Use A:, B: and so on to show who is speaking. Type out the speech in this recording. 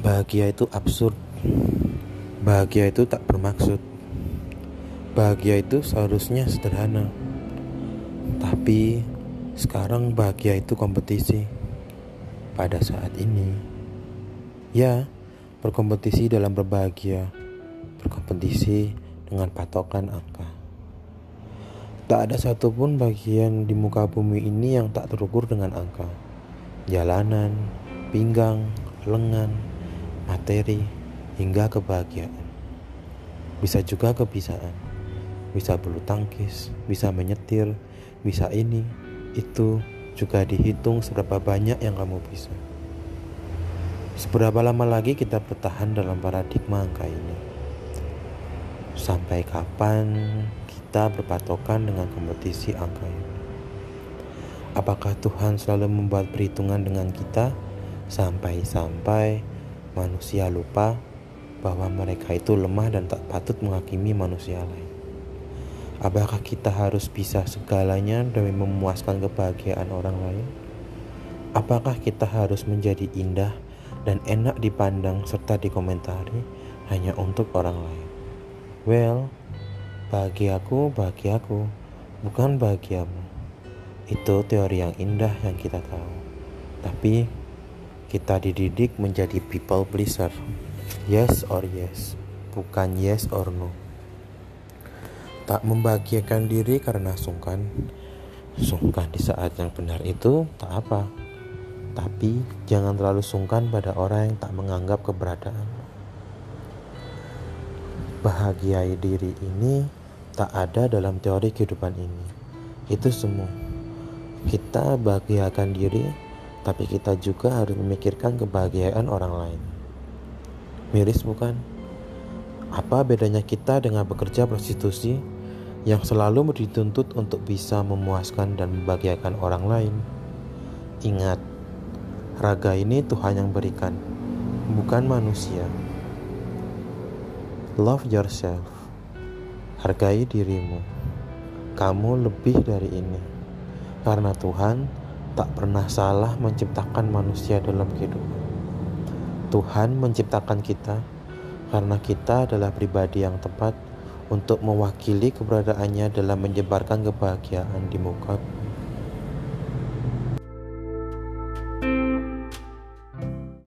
A: Bahagia itu absurd. Bahagia itu tak bermaksud. Bahagia itu seharusnya sederhana. Tapi sekarang bahagia itu kompetisi. Pada saat ini, ya, berkompetisi dalam berbahagia. Berkompetisi dengan patokan angka. Tak ada satupun bagian di muka bumi ini yang tak terukur dengan angka. Jalanan, pinggang, lengan, materi, hingga kebahagiaan. Bisa juga kebisaan. Bisa bulu tangkis, bisa menyetir, bisa ini, itu, juga dihitung seberapa banyak yang kamu bisa. Seberapa lama lagi kita bertahan dalam paradigma angka ini? Sampai kapan kita berpatokan dengan kompetisi angka ini? Apakah Tuhan selalu membuat perhitungan dengan kita sampai-sampai manusia lupa bahwa mereka itu lemah dan tak patut menghakimi manusia lain? Apakah kita harus bisa segalanya demi memuaskan kebahagiaan orang lain? Apakah kita harus menjadi indah dan enak dipandang serta dikomentari hanya untuk orang lain? Well, bahagiaku, bukan bahagiamu. Itu teori yang indah yang kita tahu. Tapi kita dididik menjadi people pleaser. Yes or yes, bukan yes or no. Tak membahagiakan diri karena sungkan. Sungkan di saat yang benar itu tak apa. Tapi jangan terlalu sungkan pada orang yang tak menganggap keberadaan. Bahagiai diri ini tak ada dalam teori kehidupan ini. Itu semua. Kita bahagiakan diri, tapi kita juga harus memikirkan kebahagiaan orang lain. Miris bukan? Apa bedanya kita dengan pekerja prostitusi yang selalu dituntut untuk bisa memuaskan dan membahagiakan orang lain? Ingat, raga ini Tuhan yang berikan, bukan manusia. Love yourself. Hargai dirimu. Kamu lebih dari ini. Karena Tuhan tak pernah salah menciptakan manusia dalam kehidupan. Tuhan menciptakan kita karena kita adalah pribadi yang tepat untuk mewakili keberadaannya dalam menyebarkan kebahagiaan di muka